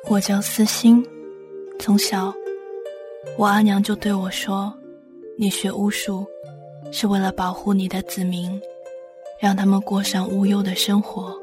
我叫思欣，从小我阿娘就对我说，你学巫术是为了保护你的子民，让他们过上无忧的生活。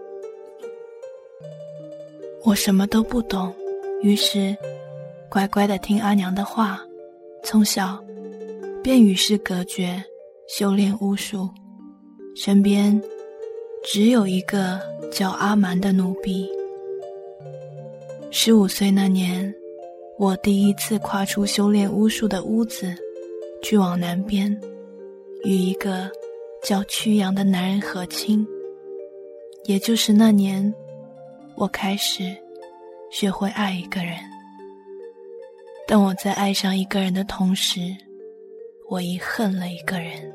我什么都不懂，于是乖乖地听阿娘的话，从小便与世隔绝，修炼巫术。身边只有一个叫阿蛮的奴婢。15岁那年，我第一次跨出修炼巫术的屋子，去往南边，与一个叫曲阳的男人和亲。也就是那年，我开始学会爱一个人。但我在爱上一个人的同时，我亦恨了一个人。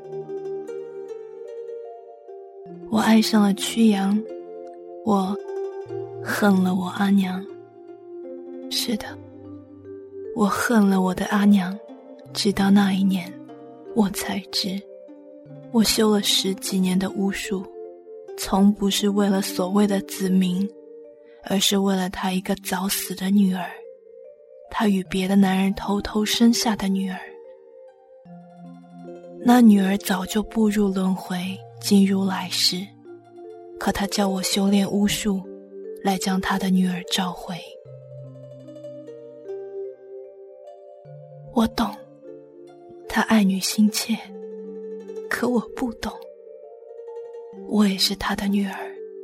我爱上了曲阳，我恨了我阿娘。是的，我恨了我的阿娘，直到那一年，我才知，我修了10几年的巫术，从不是为了所谓的子民，而是为了他一个早死的女儿，他与别的男人偷偷生下的女儿。那女儿早就步入轮回，进入来世，可他叫我修炼巫术，来将他的女儿召回。我懂，他爱女心切，可我不懂，我也是他的女儿。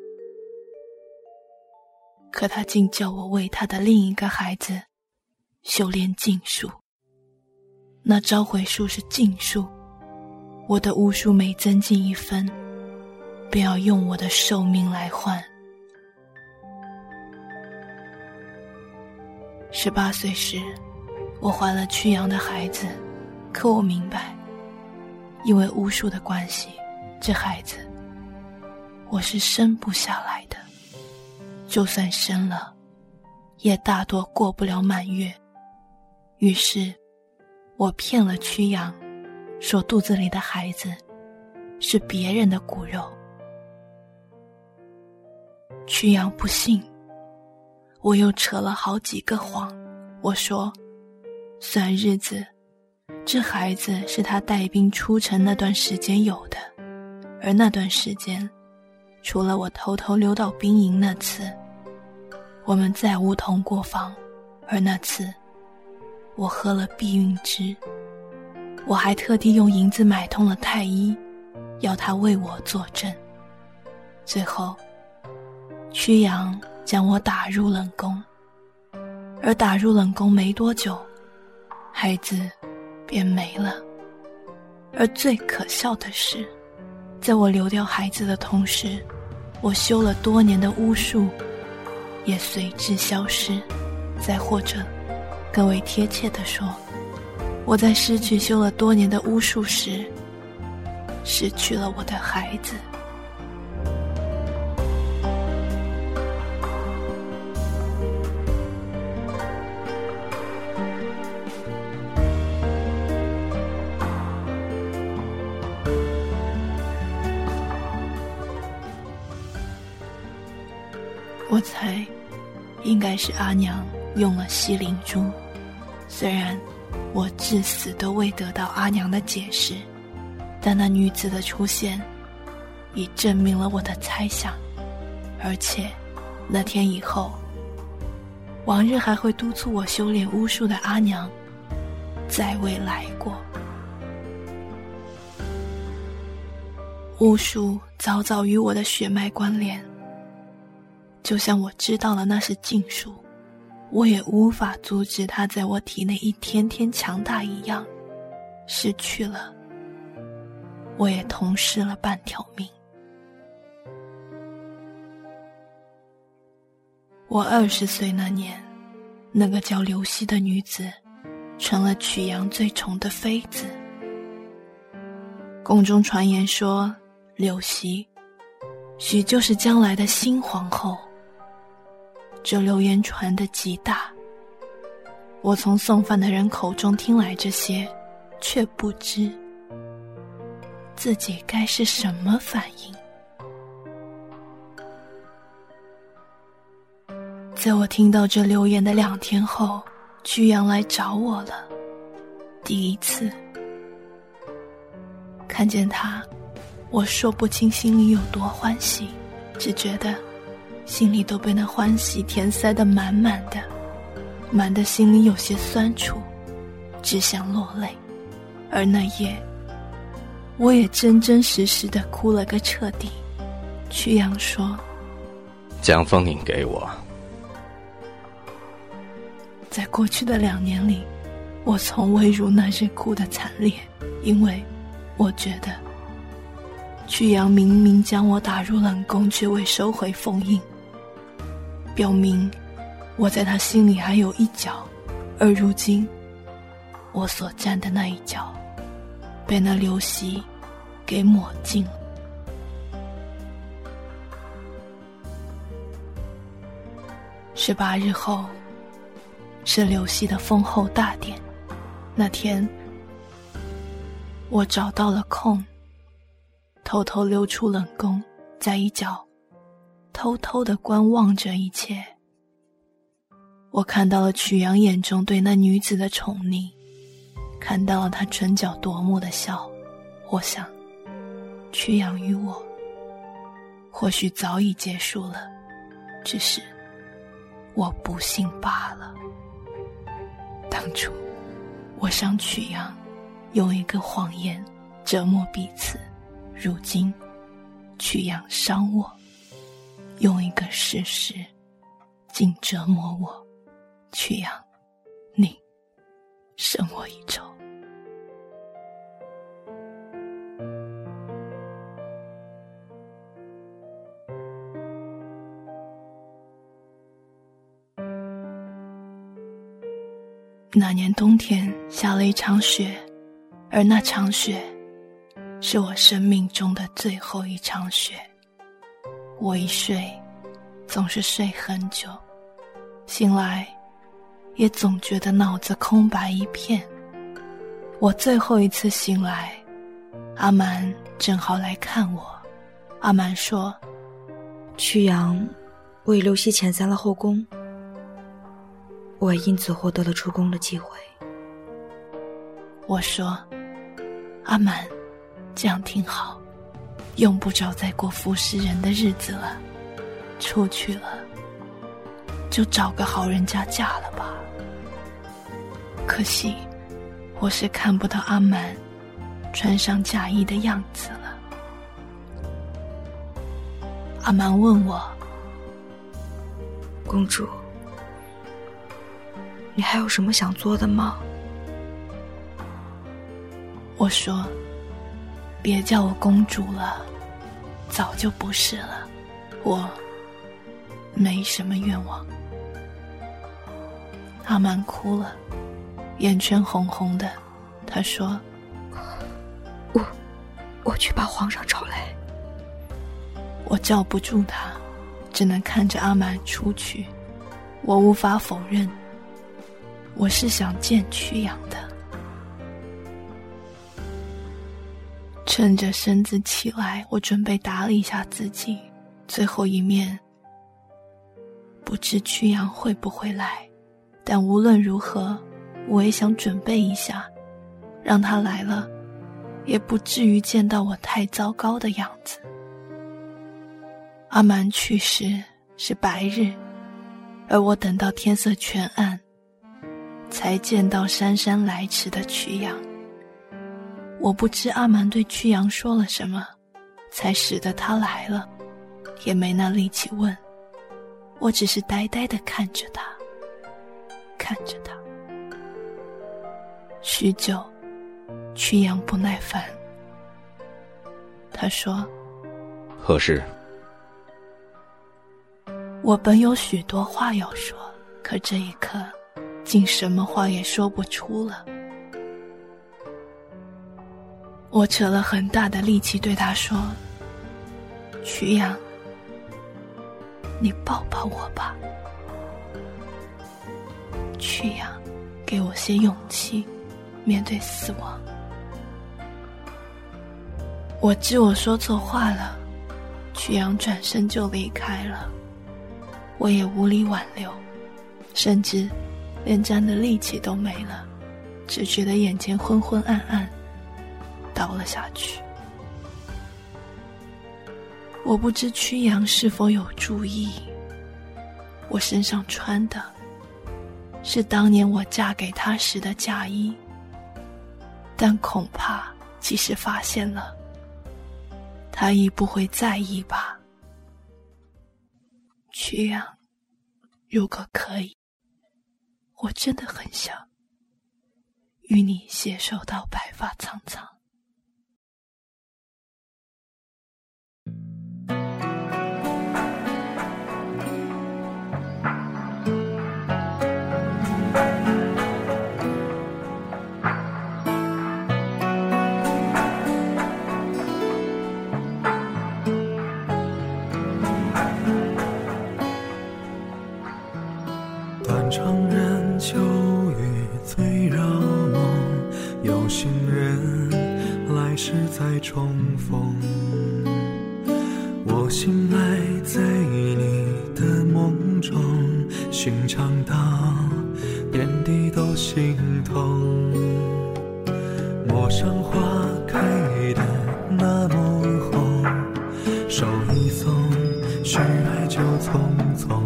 可他竟叫我为他的另一个孩子修炼禁术。那召回术是禁术，我的巫术每增进1分，便要用我的寿命来换。18岁时，我怀了曲阳的孩子，可我明白，因为巫术的关系，这孩子我是生不下来的，就算生了，也大多过不了满月。于是我骗了曲阳，说肚子里的孩子是别人的骨肉。曲阳不信，我又扯了好几个谎。我说算日子，这孩子是他带兵出城那段时间有的，而那段时间，除了我偷偷溜到兵营那次，我们再无同过房。而那次我喝了避孕汁，我还特地用银子买通了太医，要他为我作证。最后曲阳将我打入冷宫，而打入冷宫没多久，孩子便没了。而最可笑的是，在我流掉孩子的同时，我修了多年的巫术也随之消失。再或者更为贴切地说，我在失去修了多年的巫术时，失去了我的孩子。我猜应该是阿娘用了西灵珠，虽然我至死都未得到阿娘的解释，但那女子的出现已证明了我的猜想。而且那天以后，往日还会督促我修炼巫术的阿娘再未来过。巫术早早与我的血脉关联，就像我知道了那是禁术，我也无法阻止它在我体内一天天强大一样，失去了，我也同失了半条命。我20岁那年，那个叫刘熙的女子成了曲阳最宠的妃子。宫中传言说，刘熙许就是将来的新皇后。这流言传得极大，我从送饭的人口中听来这些，却不知自己该是什么反应。 在我听到这流言的2天后，居阳来找我了。第一次看见他，我说不清心里有多欢喜，只觉得心里都被那欢喜填塞得满满的，满得心里有些酸楚，只想落泪。而那夜我也真真实实地哭了个彻底。曲阳说， 将风铃给我。 在过去的2年里，我从未如那日哭得惨烈，因为我觉得曲阳明明将我打入冷宫，却未收回封印，表明我在他心里还有一角，而如今我所站的那一角被那流溪给抹尽了。18日后是流溪的封后大典，那天我找到了空，偷偷溜出冷宫，在一角偷偷地观望着一切。我看到了曲阳眼中对那女子的宠溺，看到了她唇角夺目的笑。我想曲阳与我或许早已结束了，只是我不幸罢了。当初我伤曲阳，用一个谎言折磨彼此，如今曲阳伤我，用一个事实竟折磨我。曲阳，你胜我一筹。那年冬天下了一场雪，而那场雪是我生命中的最后一场雪。我一睡总是睡很久，醒来也总觉得脑子空白一片。我最后一次醒来，阿蛮正好来看我。阿蛮说， 曲阳为流溪遣散了后宫，我因此获得了出宫的机会。 我说，阿蛮，这样挺好，用不着再过服侍人的日子了，出去了就找个好人家嫁了吧。可惜我是看不到阿蛮穿上嫁衣的样子了。阿蛮问我， 公主，你还有什么想做的吗？ 我说，别叫我公主了，早就不是了，我没什么愿望。阿蛮哭了，眼圈红红的，他说， 我去把皇上找来。 我叫不住他，只能看着阿蛮出去。我无法否认，我是想见曲阳的。趁着身子起来，我准备打理一下自己，最后一面不知曲阳会不会来，但无论如何我也想准备一下，让他来了也不至于见到我太糟糕的样子。阿蛮去时是白日，而我等到天色全暗才见到姗姗来迟的曲阳。我不知阿蛮对曲阳说了什么，才使得他来了，也没那力气问，我只是呆呆地看着他，看着他。许久，曲阳不耐烦，他说， 何事？ 我本有许多话要说，可这一刻竟什么话也说不出了。我扯了很大的力气对他说，曲阳，你抱抱我吧。曲阳，给我些勇气，面对死亡。我知我说错话了，曲阳转身就离开了。 我也无力挽留，甚至连站的力气都没了，只觉得眼前昏昏暗暗，倒了下去。我不知曲阳是否有注意，我身上穿的是当年我嫁给他时的嫁衣，但恐怕即使发现了，他亦不会在意吧。曲阳，如果可以，我真的很想与你携手到白发苍苍。 怅然秋雨醉绕梦，有心人来世再重逢。我醒来在你的梦中，寻常到点滴都心痛。陌上花开的那么红，手一松，许爱就匆匆。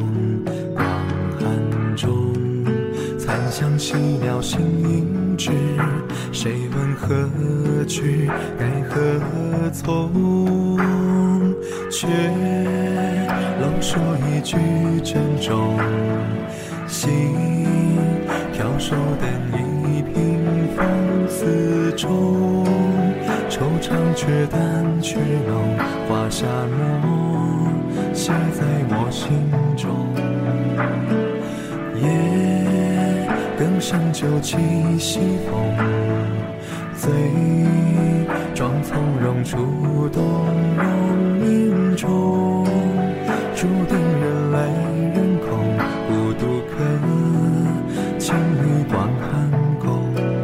残香细鸟心影只，谁问何去该何从？却漏说一句珍重，心飘瘦等一屏风丝中，惆怅却淡却浓，花下墨写在我心中。更深酒气西风，醉装从容触动容命中，注定人来人空，孤独可情侣断寒宫。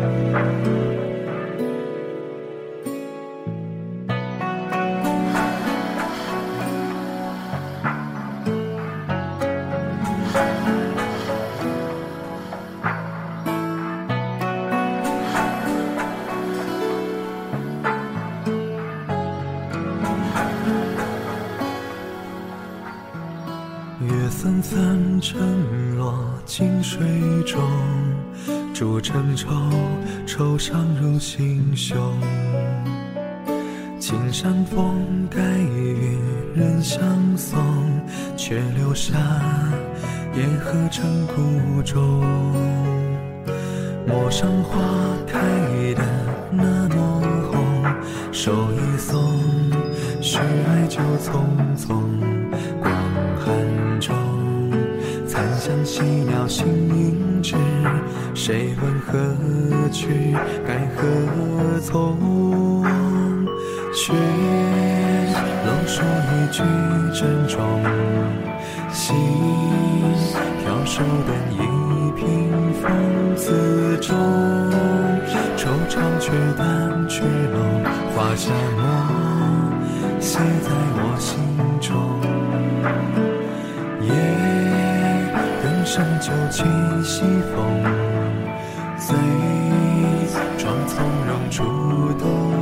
月纷纷沉落进水中，铸成愁，愁伤入心胸。青山风该与人相送，却留下叶合成孤舟。陌上花开的那么红，手一松，许爱就匆匆。寒中残香细鸟心影只，谁问何去该何从？却漏说一句珍重，心飘瘦等一屏风丝中，惆怅却淡却浓，花下墨写在我心中。更深酒气西风，醉装从容触动